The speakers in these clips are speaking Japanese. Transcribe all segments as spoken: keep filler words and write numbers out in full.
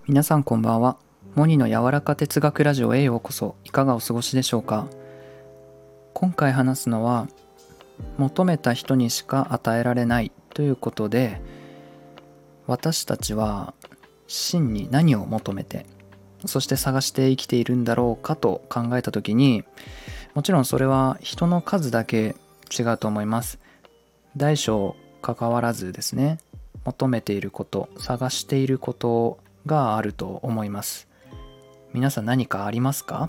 皆さんこんばんは。モニの柔らか哲学ラジオへようこそ。いかがお過ごしでしょうか。今回話すのは、求めた人にしか与えられないということで、私たちは真に何を求めて、そして探して生きているんだろうかと考えたときに、もちろんそれは人の数だけ違うと思います。大小関わらずですね、求めていること、探していることがあると思います。皆さん何かありますか？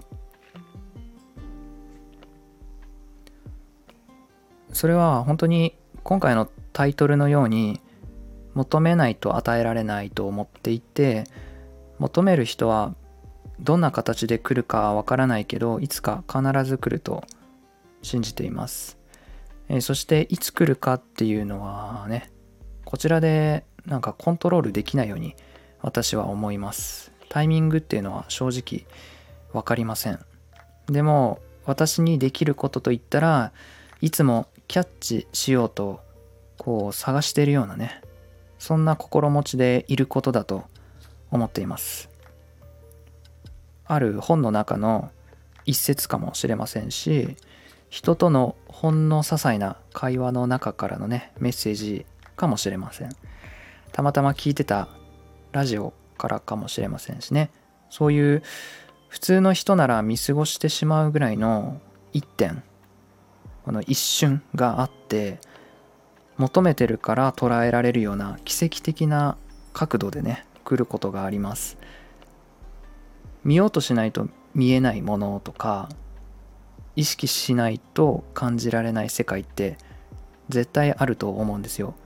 それは本当に今回のタイトルのように、求めないと与えられないと思っていて、求める人はどんな形で来るかわからないけど、いつか必ず来ると信じています。えーそしていつ来るかっていうのはね、こちらでなんかコントロールできないように私は思います。タイミングっていうのは正直わかりません。でも私にできることといったら、いつもキャッチしようとこう探しているようなね、そんな心持ちでいることだと思っています。ある本の中の一節かもしれませんし、人とのほんの些細な会話の中からのねメッセージかもしれません。たまたま聞いてたラジオからかもしれませんしね。そういう普通の人なら見過ごしてしまうぐらいの一点、この一瞬があって、求めてるから捉えられるような奇跡的な角度でね来ることがあります。見ようとしないと見えないものとか、意識しないと感じられない世界って絶対あると思うんですよ。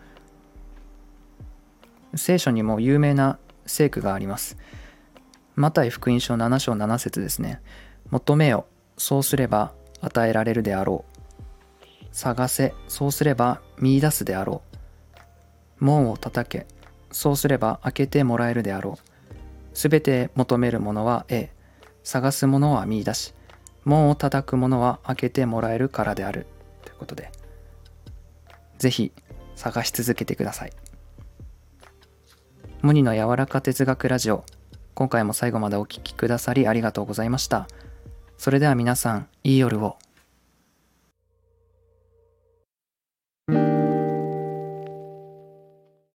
聖書にも有名な聖句があります。マタイ福音書なな章なな節ですね。求めよ、そうすれば与えられるであろう。探せ、そうすれば見出すであろう。門を叩け、そうすれば開けてもらえるであろう。すべて求めるものは得、え探すものは見出し、門を叩くものは開けてもらえるからである。ということで、ぜひ探し続けてください。モニの柔らか哲学ラジオ、今回も最後までお聞きくださりありがとうございました。それでは皆さん、いい夜を。